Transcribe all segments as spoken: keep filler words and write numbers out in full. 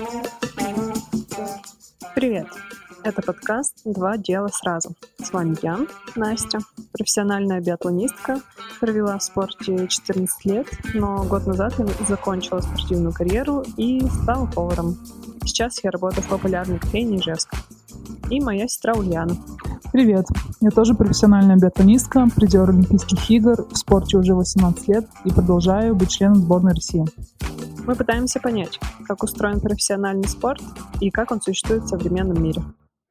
Привет! Это подкаст «Два дела сразу». С вами я, Настя, профессиональная биатлонистка. Провела в спорте четырнадцать лет, но год назад я закончила спортивную карьеру и стала поваром. Сейчас я работаю в популярной кофейне Ижевска. И моя сестра Ульяна. Привет! Я тоже профессиональная биатлонистка, призер Олимпийских игр, в спорте уже восемнадцать лет и продолжаю быть членом сборной России. Мы пытаемся понять, как устроен профессиональный спорт и как он существует в современном мире.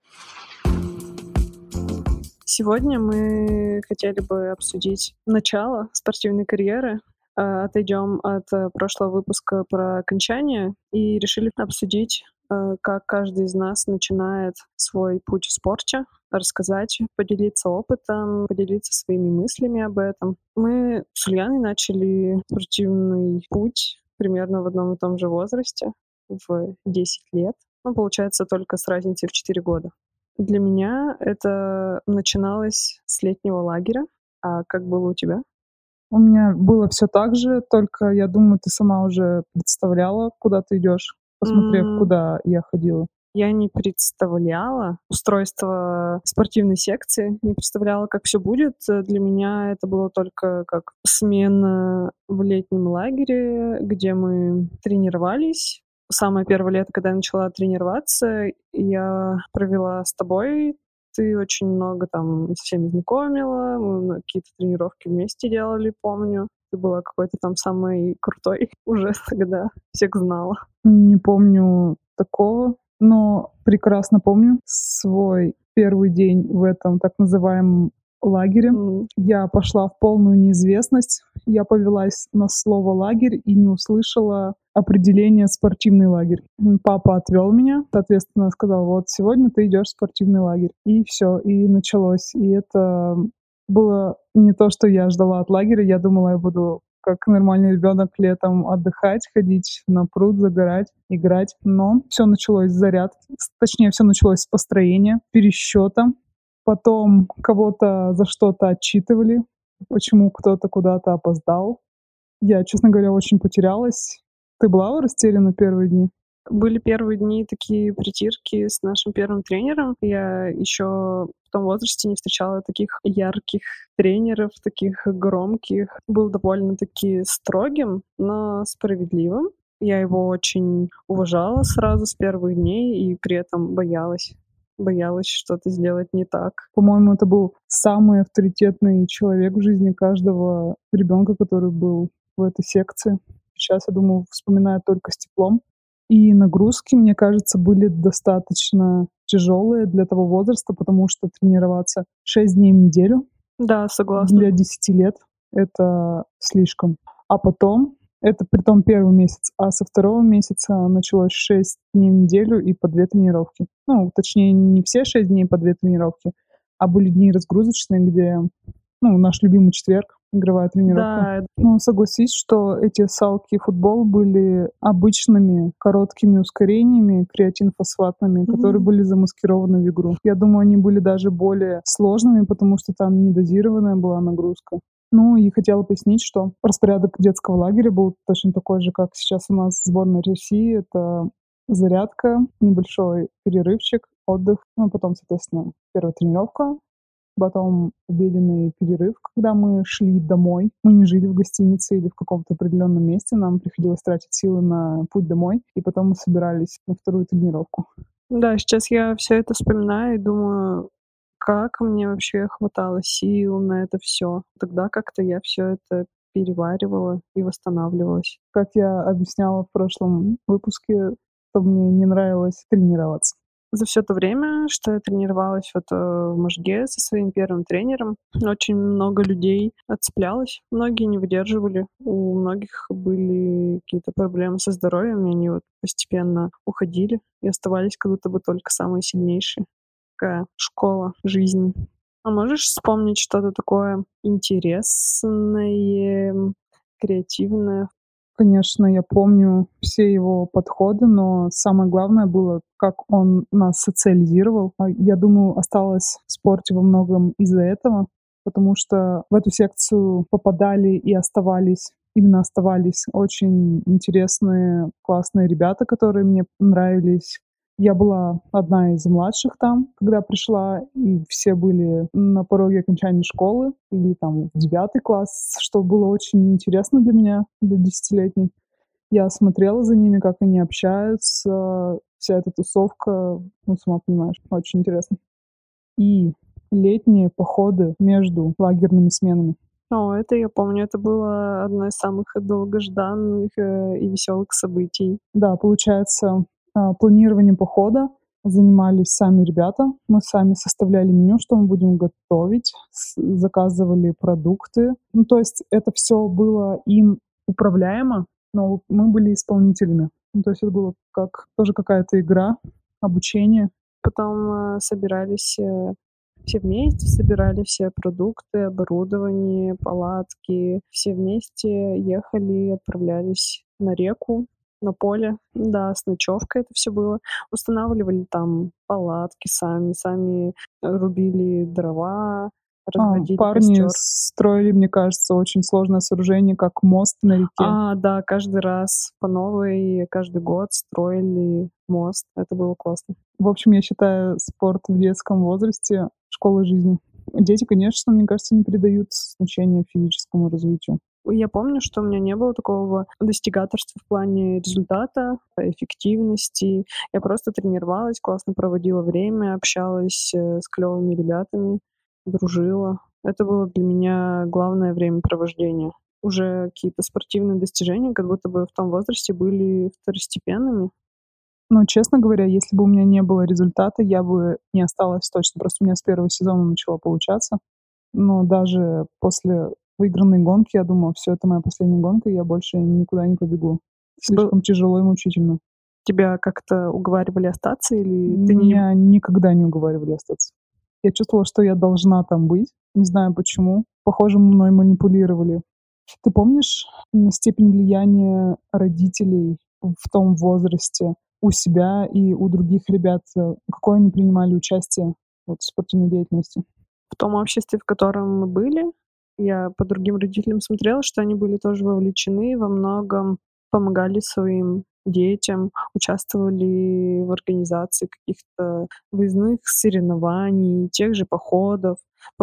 Сегодня мы хотели бы обсудить начало спортивной карьеры. Отойдем от прошлого выпуска про окончание и решили обсудить, как каждый из нас начинает свой путь в спорте, рассказать, поделиться опытом, поделиться своими мыслями об этом. Мы с Ульяной начали спортивный путь примерно в одном и том же возрасте, в десять лет. Ну, получается, только с разницей в четыре года. Для меня это начиналось с летнего лагеря. А как было у тебя? У меня было все так же, только, я думаю, ты сама уже представляла, куда ты идешь, посмотрев, М, куда я ходила. Я не представляла устройство спортивной секции, не представляла, как все будет. Для меня это было только как смена в летнем лагере, где мы тренировались. Самое первое лето, когда я начала тренироваться, я провела с тобой. Ты очень много там со всеми знакомила, мы на какие-то тренировки вместе делали, помню. Ты была какой-то там самой крутой уже тогда, всех знала. Не помню такого, но прекрасно помню свой первый день в этом так называемом лагере. М, Я пошла в полную неизвестность. Я повелась на слово «лагерь» и не услышала определения «спортивный лагерь». М, Папа отвел меня, соответственно, сказал: вот сегодня ты идешь в спортивный лагерь. И все, и началось. И это было не то, что я ждала от лагеря. Я думала, я буду как нормальный ребенок летом отдыхать, ходить на пруд, загорать, играть. Но все началось с зарядки, с- точнее, все началось с построения, пересчета. Потом кого-то за что-то отчитывали, почему кто-то куда-то опоздал. Я, честно говоря, очень потерялась. Ты была растеряна первые дни? Были первые дни такие притирки с нашим первым тренером. Я еще в том возрасте не встречала таких ярких тренеров, таких громких. Был довольно-таки строгим, но справедливым. Я его очень уважала сразу с первых дней и при этом боялась. Боялась что-то сделать не так. По-моему, это был самый авторитетный человек в жизни каждого ребенка, который был в этой секции. Сейчас, я думаю, вспоминаю только с теплом. И нагрузки, мне кажется, были достаточно тяжелые для того возраста, потому что тренироваться шесть дней в неделю Да, согласна. для десяти лет — это слишком. А потом, это при том первый месяц, а со второго месяца началось шесть дней в неделю и по две тренировки. Ну, точнее, не все шесть дней по две тренировки, а были дни разгрузочные, где, ну, наш любимый четверг, игровая тренировка. Да, Ну, согласись, что эти салки и футбол были обычными короткими ускорениями креатинфосфатными, которые мгм. были замаскированы в игру. Я думаю, они были даже более сложными, потому что там недозированная была нагрузка. Ну и хотела пояснить, что распорядок детского лагеря был точно такой же, как сейчас у нас в сборной России. Это зарядка, небольшой перерывчик, отдых, ну, потом, соответственно, первая тренировка, потом обеденный перерыв, когда мы шли домой. Мы не жили в гостинице или в каком-то определенном месте, нам приходилось тратить силы на путь домой, и потом мы собирались на вторую тренировку. Да, сейчас я все это вспоминаю и думаю, как мне вообще хватало сил на это все. Тогда как-то я все это переваривала и восстанавливалась. Как я объясняла в прошлом выпуске, что мне не нравилось тренироваться. За все то время, что я тренировалась вот, э, в Можге со своим первым тренером, очень много людей отцеплялось, многие не выдерживали, у многих были какие-то проблемы со здоровьем, и они вот постепенно уходили и оставались как будто бы только самые сильнейшие. Такая школа жизни. А можешь вспомнить что-то такое интересное, креативное? Конечно, я помню все его подходы, но самое главное было, как он нас социализировал. А, Я думаю, осталось в спорте во многом из-за этого, потому что в эту секцию попадали и оставались именно оставались очень интересные, классные ребята, которые мне нравились. Я была одна из младших там, когда пришла, и все были на пороге окончания школы или там в девятый класс, что было очень интересно для меня, для десятилетней. Я смотрела за ними, как они общаются, вся эта тусовка, ну, сама понимаешь, очень интересно. И летние походы между лагерными сменами. О, это я помню, это было одно из самых долгожданных, э, и веселых событий. Да, получается, а, планированием похода занимались сами ребята. Мы сами составляли меню, что мы будем готовить, с заказывали продукты. Ну, то есть это все было им управляемо, но мы были исполнителями. Ну, то есть это было как тоже какая-то игра, обучение. Потом, э, собирались, э, все вместе, собирали все продукты, оборудование, палатки. Все вместе ехали, отправлялись на реку, на поле. Да, с ночевкой это все было. Устанавливали там палатки сами, сами рубили дрова, А, разводили парни костер. строили, мне кажется, очень сложное сооружение, как мост на реке. А, да, каждый раз по новой, каждый год строили мост. Это было классно. В общем, я считаю спорт в детском возрасте школой жизни. Дети, конечно, мне кажется, не придают значения физическому развитию. Я помню, что у меня не было такого достигаторства в плане результата, эффективности. Я просто тренировалась, классно проводила время, общалась, э, с клёвыми ребятами, дружила. Это было для меня главное времяпровождение. Уже какие-то спортивные достижения как будто бы в том возрасте были второстепенными. Но, честно говоря, если бы у меня не было результата, я бы не осталась точно. Просто у меня с первого сезона начало получаться. Но даже после выигранной гонки я думала: "Всё, это моя последняя гонка, и я больше никуда не побегу". Был Слишком тяжело и мучительно. Тебя как-то уговаривали остаться или ты не Меня никогда не уговаривали остаться. Я чувствовала, что я должна там быть. Не знаю почему. Похоже, мной манипулировали. Ты помнишь, м, степень влияния родителей в том возрасте у себя и у других ребят? Э, какое они принимали участие вот в спортивной деятельности? в том обществе, в котором мы были? Я по другим родителям смотрела, что они были тоже вовлечены во многом, помогали своим детям, участвовали в организации каких-то выездных соревнований, тех же походов,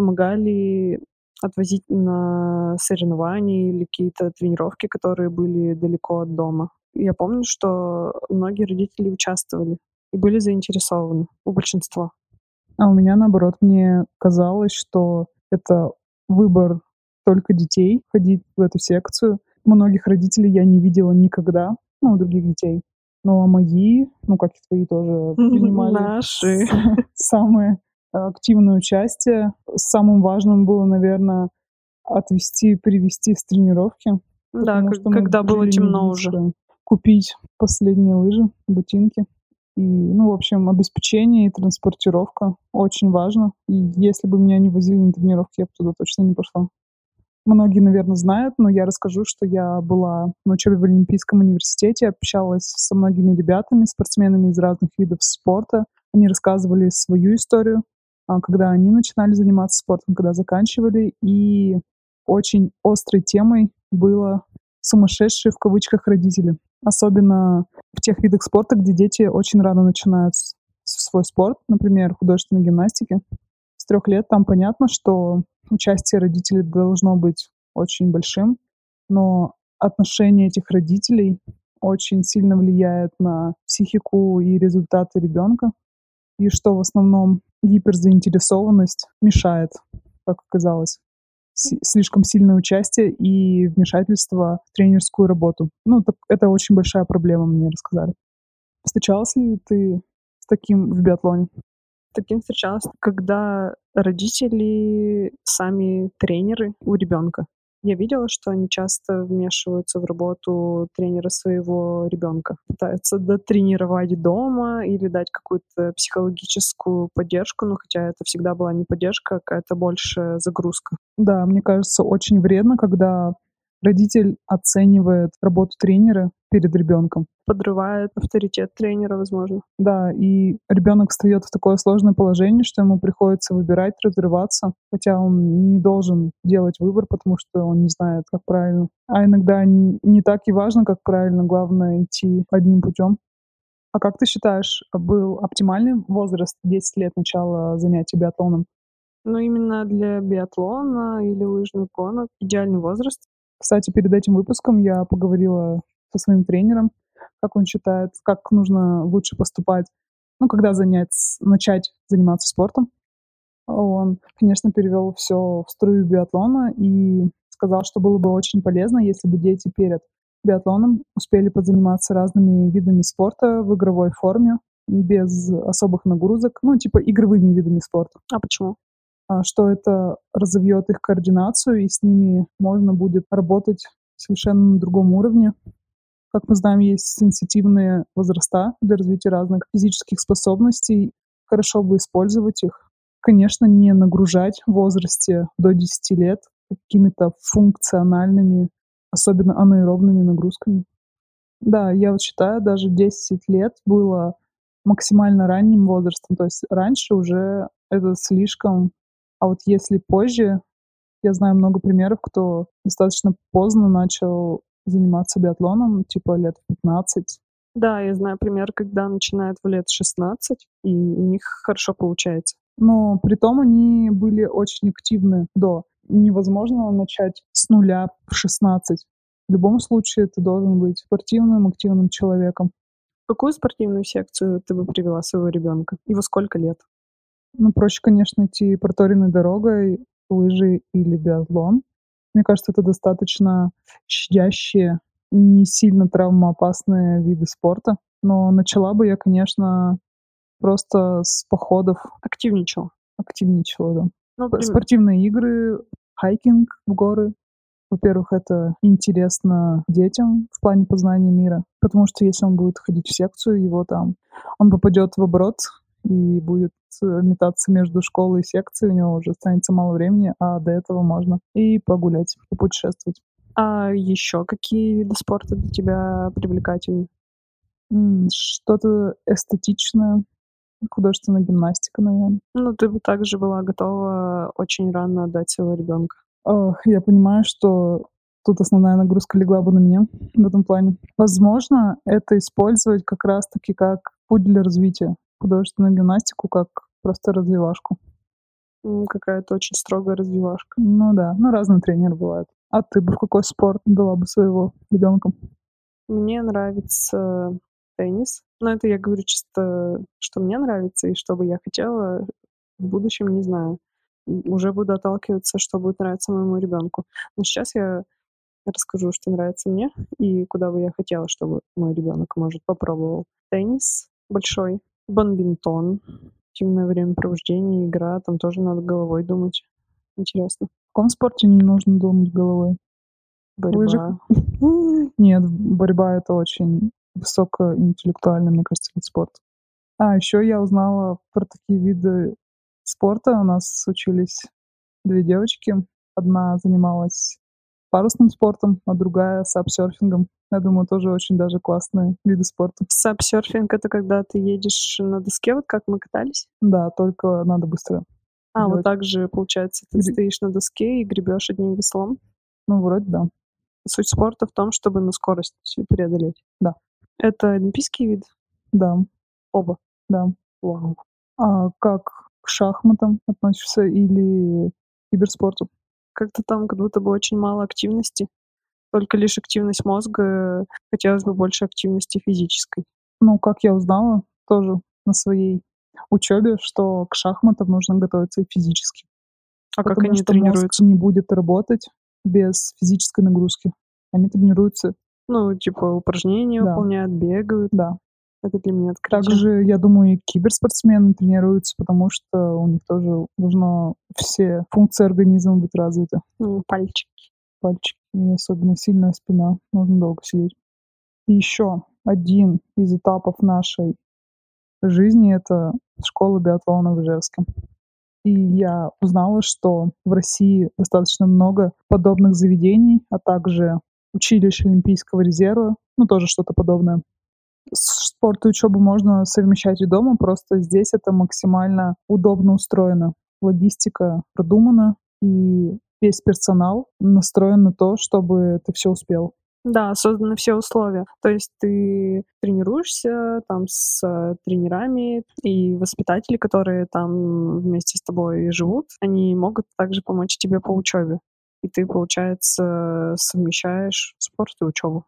помогали отвозить на соревнования или какие-то тренировки, которые были далеко от дома. Я помню, что многие родители участвовали и были заинтересованы, у большинства. А у меня наоборот, мне казалось, что это выбор только детей ходить в эту секцию. Многих родителей я не видела никогда, ну, у других детей. Ну, а мои, ну, как и твои, тоже принимали Наши. с самое активное участие. Самым важным было, наверное, отвезти, привезти с тренировки, Да, потому к что мы когда было жили не темно уже. близко. Купить последние лыжи, ботинки. И, ну, в общем, обеспечение и транспортировка очень важно. И если бы меня не возили на тренировки, я бы туда точно не пошла. Многие, наверное, знают, но я расскажу, что я была на учебе в Олимпийском университете, общалась со многими ребятами, спортсменами из разных видов спорта. Они рассказывали свою историю, а, когда они начинали заниматься спортом, когда заканчивали. И очень острой темой было сумасшедшие в кавычках родители. Особенно в тех видах спорта, где дети очень рано начинают с- свой спорт, например, художественной гимнастики. С трех лет там понятно, что участие родителей должно быть очень большим, но отношение этих родителей очень сильно влияет на психику и результаты ребенка, и что в основном гиперзаинтересованность мешает, как оказалось. Си- слишком сильное участие и вмешательство в тренерскую работу. Ну, так- это очень большая проблема, мне рассказали. Встречалась ли ты с таким в биатлоне? Таким встречалась, когда родители сами тренеры у ребенка. Я видела, что они часто вмешиваются в работу тренера своего ребенка, пытаются дотренировать дома или дать какую-то психологическую поддержку, но хотя это всегда была не поддержка, а какая-то больше загрузка. Да, мне кажется, очень вредно, когда Родитель оценивает работу тренера перед ребенком. Подрывает авторитет тренера, возможно. Да, и ребенок встает в такое сложное положение, что ему приходится выбирать, разрываться, хотя он не должен делать выбор, потому что он не знает, как правильно. А иногда н- не так и важно, как правильно, главное идти одним путем. А как ты считаешь, был оптимальный возраст десять лет начала занятий биатлоном? Но именно для биатлона или лыжных гонок идеальный возраст. Кстати, перед этим выпуском я поговорила со своим тренером, как он считает, как нужно лучше поступать, ну, когда занять, начать заниматься спортом. Он, конечно, перевел все в струю биатлона и сказал, что было бы очень полезно, если бы дети перед биатлоном успели позаниматься разными видами спорта в игровой форме, без особых нагрузок, ну, типа игровыми видами спорта. А почему? А, что это разовьет их координацию, и с ними можно будет работать совершенно на другом уровне. Как мы знаем, есть сенситивные возраста для развития разных физических способностей. Хорошо бы использовать их. Конечно, не нагружать в возрасте до десяти лет какими-то функциональными, особенно анаэробными нагрузками. Да, я вот считаю, даже десять лет было максимально ранним возрастом. То есть раньше уже это слишком. А вот если позже, я знаю много примеров, кто достаточно поздно начал заниматься биатлоном, типа лет в пятнадцать. Да, я знаю пример, когда начинают в лет шестнадцать, и у них хорошо получается. Но при том они были очень активны до. Невозможно начать с нуля в шестнадцать. В любом случае ты должен быть спортивным, активным человеком. В какую спортивную секцию ты бы привела своего ребенка? И во сколько лет? Ну, проще, конечно, идти проторенной дорогой, лыжи или биатлон. Мне кажется, это достаточно щадящие, не сильно травмоопасные виды спорта. Но начала бы я, конечно, просто с походов, Активничал. активничала, да. Ну, П- прим- Спортивные игры, хайкинг в горы. Во-первых, это интересно детям в плане познания мира, потому что если он будет ходить в секцию, его там, он попадет в оборот и будет э, метаться между школой и секцией, у него уже останется мало времени, а до этого можно и погулять, и путешествовать. а еще какие виды спорта для тебя привлекательны? М, Что-то эстетичное, художественная гимнастика, наверное. Ну, ты бы также была готова очень рано отдать своего ребенка. Ох, я понимаю, что тут основная нагрузка легла бы на меня в этом плане. Возможно, это использовать как раз-таки как путь для развития. Художественную гимнастику как просто развивашку. М, Какая-то очень строгая развивашка. Ну да, ну разные тренеры бывают. А ты бы в какой спорт дала бы своего ребенка? Мне нравится теннис. Но это я говорю чисто, что мне нравится и что бы я хотела в будущем, не знаю. М, Уже буду отталкиваться, что будет нравиться моему ребенку. Но сейчас я расскажу, что нравится мне и куда бы я хотела, чтобы мой ребенок, может, попробовал. Теннис большой, бадминтон, активное времяпровождение, игра, там тоже надо головой думать. Интересно. В каком спорте не нужно думать головой? Лыжах? Борьба. Нет, борьба это очень высокоинтеллектуальный, мне кажется, вид спорта. А, еще я узнала про такие виды спорта. У нас учились две девочки. Одна занималась парусным спортом, а другая сапсерфингом. Я думаю, тоже очень даже классные виды спорта. Сапсерфинг — это когда ты едешь на доске, вот как мы катались? Да, только надо быстро А, вот делать. так же, получается, ты Гре- стоишь на доске и гребешь одним веслом. Ну, вроде да. Суть спорта в том, чтобы на скорость преодолеть. Да, Это олимпийский вид? да, Оба. да. Вау. А как к шахматам относишься или к киберспорту? Как-то там как будто бы очень мало активности. Только лишь активность мозга. Хотелось бы больше активности физической. Ну, как я узнала тоже на своей учебе, что к шахматам нужно готовиться и физически, А как потому они что мозг тренируются? не будет работать без физической нагрузки. Они тренируются, Ну, типа упражнения да, выполняют, бегают. да. Это для меня открытие. Также, я думаю, и киберспортсмены тренируются, потому что у них тоже должно все функции организма быть развиты. Ну, пальчик. Пальчики, и особенно сильная спина, можно долго сидеть. И еще один из этапов нашей жизни — это школа биатлона в Ижевске. И я узнала, что в России достаточно много подобных заведений, а также училищ Олимпийского резерва, ну, тоже что-то подобное. Спорт и учебу можно совмещать и дома, просто здесь это максимально удобно устроено. Логистика продумана, и весь персонал настроен на то, чтобы ты все успел. Да, созданы все условия. То есть ты тренируешься там с э, тренерами, и воспитатели, которые там вместе с тобой живут, они могут также помочь тебе по учебе. И ты, получается, совмещаешь спорт и учебу.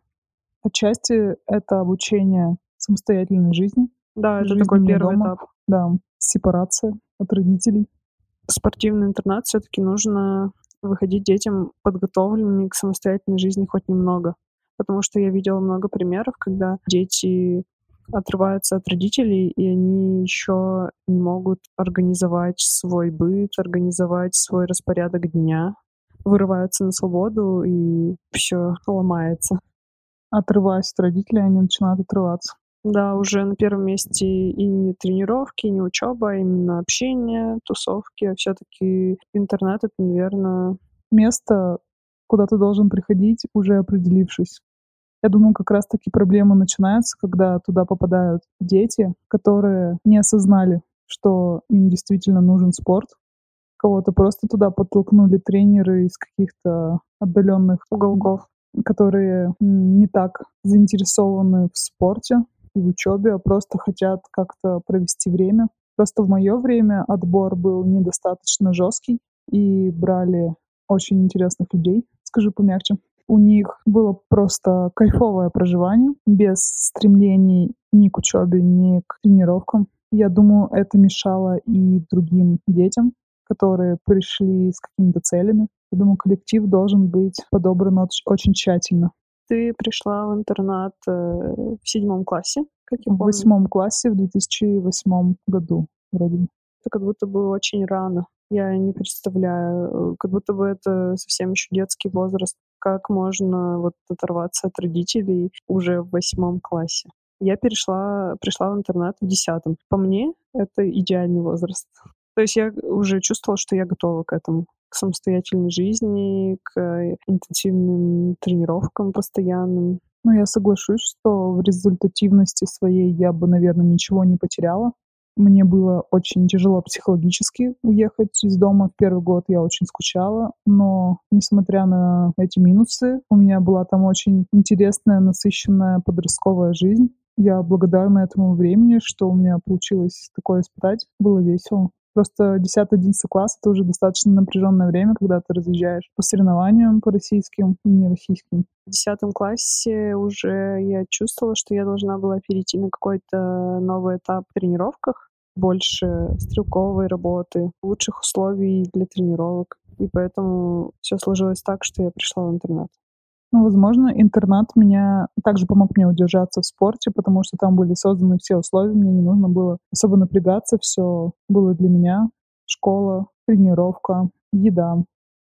Отчасти это обучение самостоятельной жизни, Да, это жизни такой вне первый дома, этап. да, сепарация от родителей. В спортивный интернат все-таки нужно выходить детям подготовленными к самостоятельной жизни хоть немного. Потому что я видела много примеров, когда дети отрываются от родителей, и они еще не могут организовать свой быт, организовать свой распорядок дня, вырываются на свободу, и все ломается. Отрываясь от родителей, они начинают отрываться. Да, уже на первом месте и не тренировки, и не учеба, а именно общение, тусовки. Все-таки интернет — это, наверное, Место, куда ты должен приходить, уже определившись. Я думаю, как раз-таки проблемы начинаются, когда туда попадают дети, которые не осознали, что им действительно нужен спорт. Кого-то просто туда подтолкнули тренеры из каких-то отдаленных уголков. которые м, не так заинтересованы в спорте и в учебе, а просто хотят как-то провести время. Просто в мое время отбор был недостаточно жесткий, и брали очень интересных людей, скажу помягче. У них было просто кайфовое проживание, без стремлений ни к учебе, ни к тренировкам. Я думаю, это мешало и другим детям, которые пришли с какими-то целями. Я думаю, коллектив должен быть подобран оч- очень тщательно. Ты пришла в интернат э, в седьмом классе, как я В помню. восьмом классе в две тысячи восьмом году вроде бы. Это как будто бы очень рано. Я не представляю, э, как будто бы это совсем еще детский возраст. Как можно вот оторваться от родителей уже в восьмом классе? Я перешла, пришла в интернат в десятом. По мне, это идеальный возраст. То есть я уже чувствовала, что я готова к этому, к самостоятельной жизни, к э, интенсивным тренировкам постоянным. Ну, я соглашусь, что в результативности своей я бы, наверное, ничего не потеряла. Мне было очень тяжело психологически уехать из дома. В первый год я очень скучала, но, несмотря на эти минусы, у меня была там очень интересная, насыщенная подростковая жизнь. Я благодарна этому времени, что у меня получилось такое испытать. Было весело. Просто десятый-одиннадцатый класс — это уже достаточно напряженное время, когда ты разъезжаешь по соревнованиям, по российским и нероссийским. В десятом классе уже я чувствовала, что я должна была перейти на какой-то новый этап в тренировках, больше стрелковой работы, лучших условий для тренировок. И поэтому все сложилось так, что я пришла в интернат. Ну, возможно, интернат меня также помог мне удержаться в спорте, потому что там были созданы все условия, мне не нужно было особо напрягаться, все было для меня. Школа, тренировка, еда.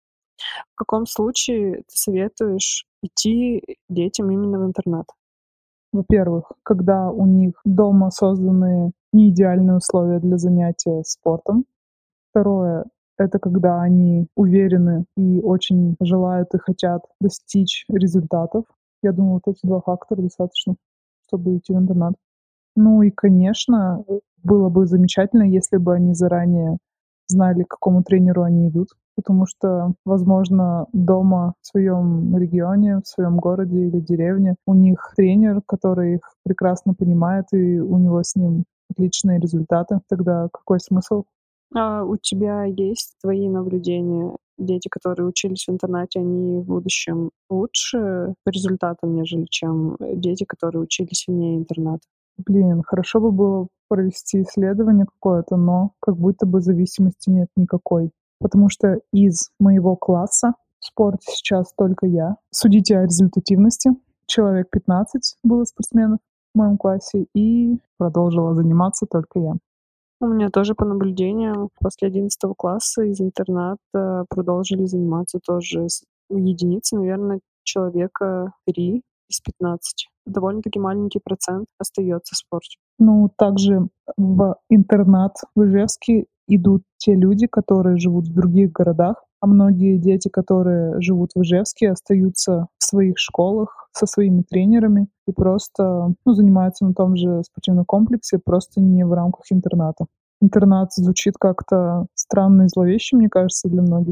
В каком случае ты советуешь идти детям именно в интернат? Во-первых, когда у них дома созданы не идеальные условия для занятия спортом. Второе — это когда они уверены и очень желают и хотят достичь результатов. Я думаю, вот эти два фактора достаточно, чтобы идти в интернат. Ну и, конечно, было бы замечательно, если бы они заранее знали, к какому тренеру они идут, потому что, возможно, дома в своем регионе, в своем городе или деревне у них тренер, который их прекрасно понимает, и у него с ним отличные результаты. Тогда какой смысл? А у тебя есть твои наблюдения? Дети, которые учились в интернате, они в будущем лучше по результатам, нежели чем э, дети, которые учились вне интерната? Блин, хорошо бы было провести исследование какое-то, но как будто бы зависимости нет никакой. Потому что из моего класса в спорте сейчас только я. Судите о результативности. Человек пятнадцать было спортсменов в моем классе, и продолжила заниматься только я. У меня тоже по наблюдениям после одиннадцатого класса из интерната продолжили заниматься тоже с единицы, наверное, человека три из пятнадцати. Довольно-таки маленький процент остается в спорте. Ну, также в интернат в Ижевске идут те люди, которые живут в других городах, а многие дети, которые живут в Ижевске, остаются в своих школах со своими тренерами и просто, ну, занимаются на том же спортивном комплексе, просто не в рамках интерната. Интернат звучит как-то странно и зловеще, мне кажется, для многих.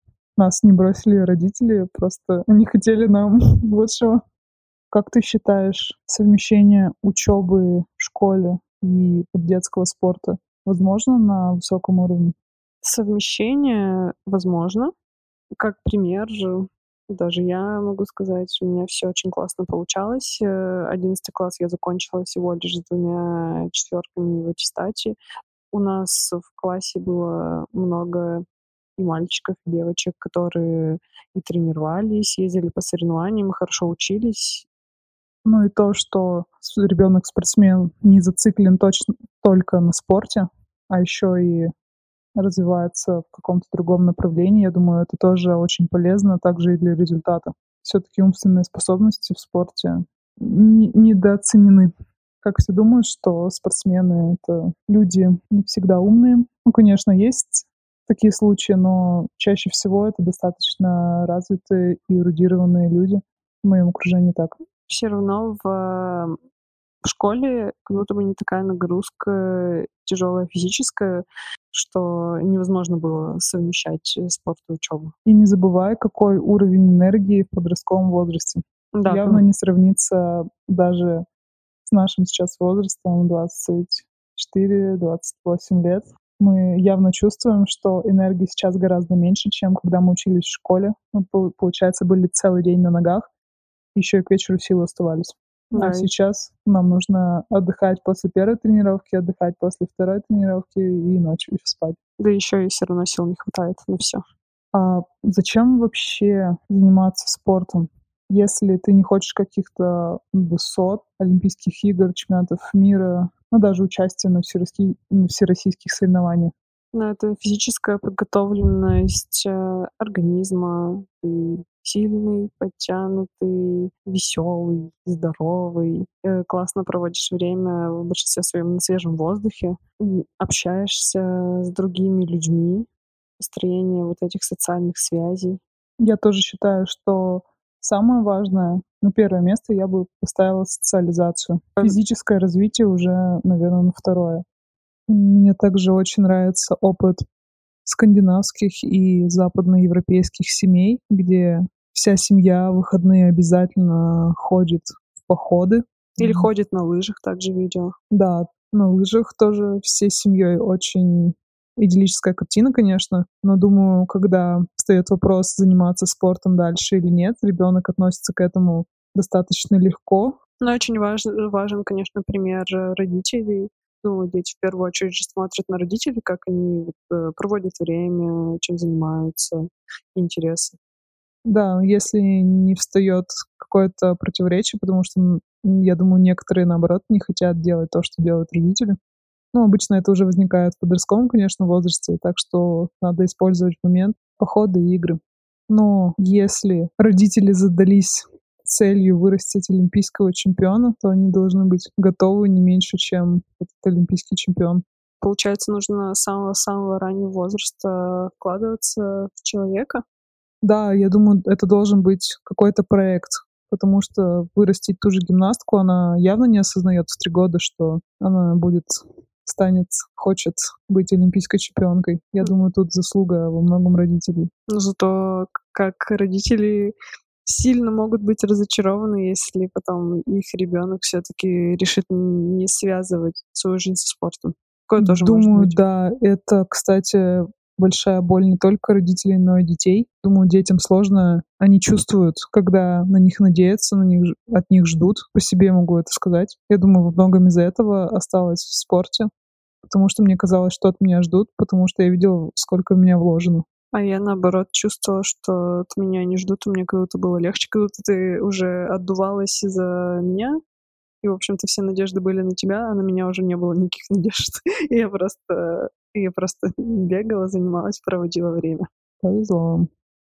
Нас не бросили родители, просто они хотели нам лучшего. Как ты считаешь, совмещение учебы в школе и детского спорта возможно на высоком уровне? Совмещение возможно. Как пример же, даже я могу сказать, у меня все очень классно получалось. Э, одиннадцатый класс я закончила всего лишь с двумя четверками в аттестате. У нас в классе было много и мальчиков, и девочек, которые и тренировались, ездили по соревнованиям, и хорошо учились. Ну и то, что с ребенок-спортсмен не зациклен точно только на спорте, а еще и развивается в каком-то другом направлении, я думаю, это тоже очень полезно, также и для результата. Все-таки умственные способности в спорте не- недооценены. Как все думают, что спортсмены — это люди не всегда умные. Ну, конечно, есть такие случаи, но чаще всего это достаточно развитые и эрудированные люди. В моем окружении так. Все равно в в школе как будто бы не такая нагрузка тяжелая физическая, что невозможно было совмещать э, спорт и учебу. И не забывай, какой уровень энергии в подростковом возрасте. Да, Явно как- не сравнится даже с нашим сейчас возрастом двадцать четыре двадцать восемь лет. Мы явно чувствуем, что энергии сейчас гораздо меньше, чем когда мы учились в школе. Мы, пол- получается, были целый день на ногах, еще и к вечеру силы оставались. А да, и сейчас нам нужно отдыхать после первой тренировки, отдыхать после второй тренировки и ночью еще спать. да еще и все равно сил не хватает на все. А зачем вообще заниматься спортом, если ты не хочешь каких-то высот, Олимпийских игр, чемпионатов мира, ну, даже участия на всероссий- на всероссийских соревнованиях? Но это физическая подготовленность э, организма. Ты сильный, подтянутый, веселый, здоровый. Э, классно проводишь время в большинстве своем на свежем воздухе. М, Общаешься с другими людьми. Построение вот этих социальных связей. Я тоже считаю, что самое важное, на первое место я бы поставила социализацию. Э, Физическое развитие уже, наверное, на второе. Мне также очень нравится опыт скандинавских и западноевропейских семей, где вся семья в выходные обязательно ходит в походы. Или М, ходит на лыжах, также видео. Да, на лыжах тоже всей семьей очень идиллическая картина, конечно, но думаю, когда встает вопрос, заниматься спортом дальше или нет, ребенок относится к этому достаточно легко. Но очень важен, важен, конечно, пример э, родителей. Ну, дети в первую очередь же смотрят на родителей, как они вот, э, проводят время, чем занимаются, интересы. Да, если не встает какое-то противоречие, потому что, м, я думаю, некоторые, наоборот, не хотят делать то, что делают родители. Ну, обычно это уже возникает в подростковом, конечно, возрасте, так что надо использовать момент похода и игры. Но если родители задались целью вырастить олимпийского чемпиона, то они должны быть готовы не меньше, чем этот олимпийский чемпион. Получается, нужно с самого-самого раннего возраста вкладываться в человека. Да, я думаю, это должен быть какой-то проект, потому что вырастить ту же гимнастку, она явно не осознает в три года, что она будет, станет, хочет быть олимпийской чемпионкой. Я думаю, тут заслуга во многом родителей. Но зато к- как родители сильно могут быть разочарованы, если потом их ребенок все-таки решит н- не связывать свою жизнь со спортом. Такое тоже может Думаю, быть. да, это, кстати, большая боль не только родителей, но и детей. Думаю, детям сложно, они чувствуют, когда на них надеются, на них, ж- от них ждут. По себе могу это сказать. Я думаю, во многом из-за этого осталось в спорте, потому что мне казалось, что от меня ждут, потому что я видела, сколько в меня вложено. А я, наоборот, чувствовала, что от меня не ждут, и мне как будто было легче, как будто ты уже отдувалась за меня, и, в общем-то, все надежды были на тебя, а на меня уже не было никаких надежд. И я просто, я просто бегала, занималась, проводила время. Повезло вам.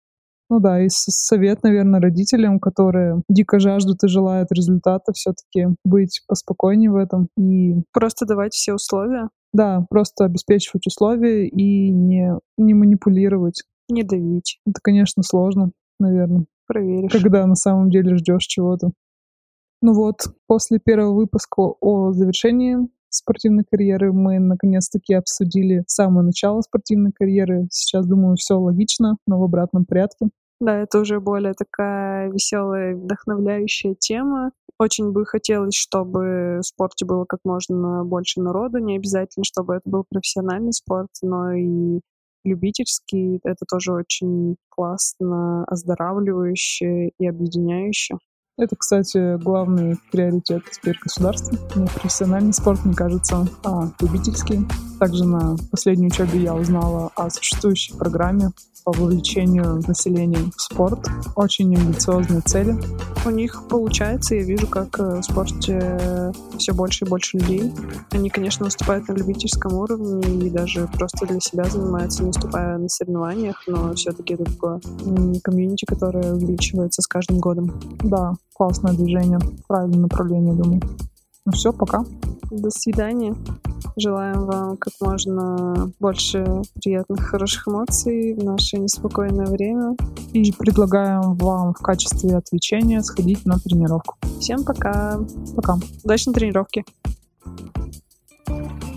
Ну да, и с- совет, наверное, родителям, которые дико жаждут и желают результата, все-таки быть поспокойнее в этом и Просто давать все условия. Да, просто обеспечивать условия и не, не манипулировать. Не давить. Это, конечно, сложно, наверное, Проверишь. когда на самом деле ждешь чего-то. Ну вот, после первого выпуска о завершении спортивной карьеры мы наконец-таки обсудили самое начало спортивной карьеры. Сейчас, думаю, все логично, но в обратном порядке. Да, это уже более такая веселая, вдохновляющая тема. Очень бы хотелось, чтобы в спорте было как можно больше народу. Не обязательно, чтобы это был профессиональный спорт, но и любительский. Это тоже очень классно, оздоравливающе и объединяюще. Это, кстати, главный приоритет теперь государства. Не профессиональный спорт, мне кажется, а любительский. Также на последней учебе я узнала о существующей программе по вовлечению населения в спорт. Очень амбициозные цели. У них получается, я вижу, как в спорте все больше и больше людей. Они, конечно, выступают на любительском уровне и даже просто для себя занимаются, не выступая на соревнованиях, но все-таки это такое комьюнити, которое увеличивается с каждым годом. Да, классное движение, правильное направление, думаю. Ну все, пока. До свидания. Желаем вам как можно больше приятных, хороших эмоций в наше неспокойное время. И предлагаем вам в качестве отвлечения сходить на тренировку. Всем пока. Пока. Удачной тренировки.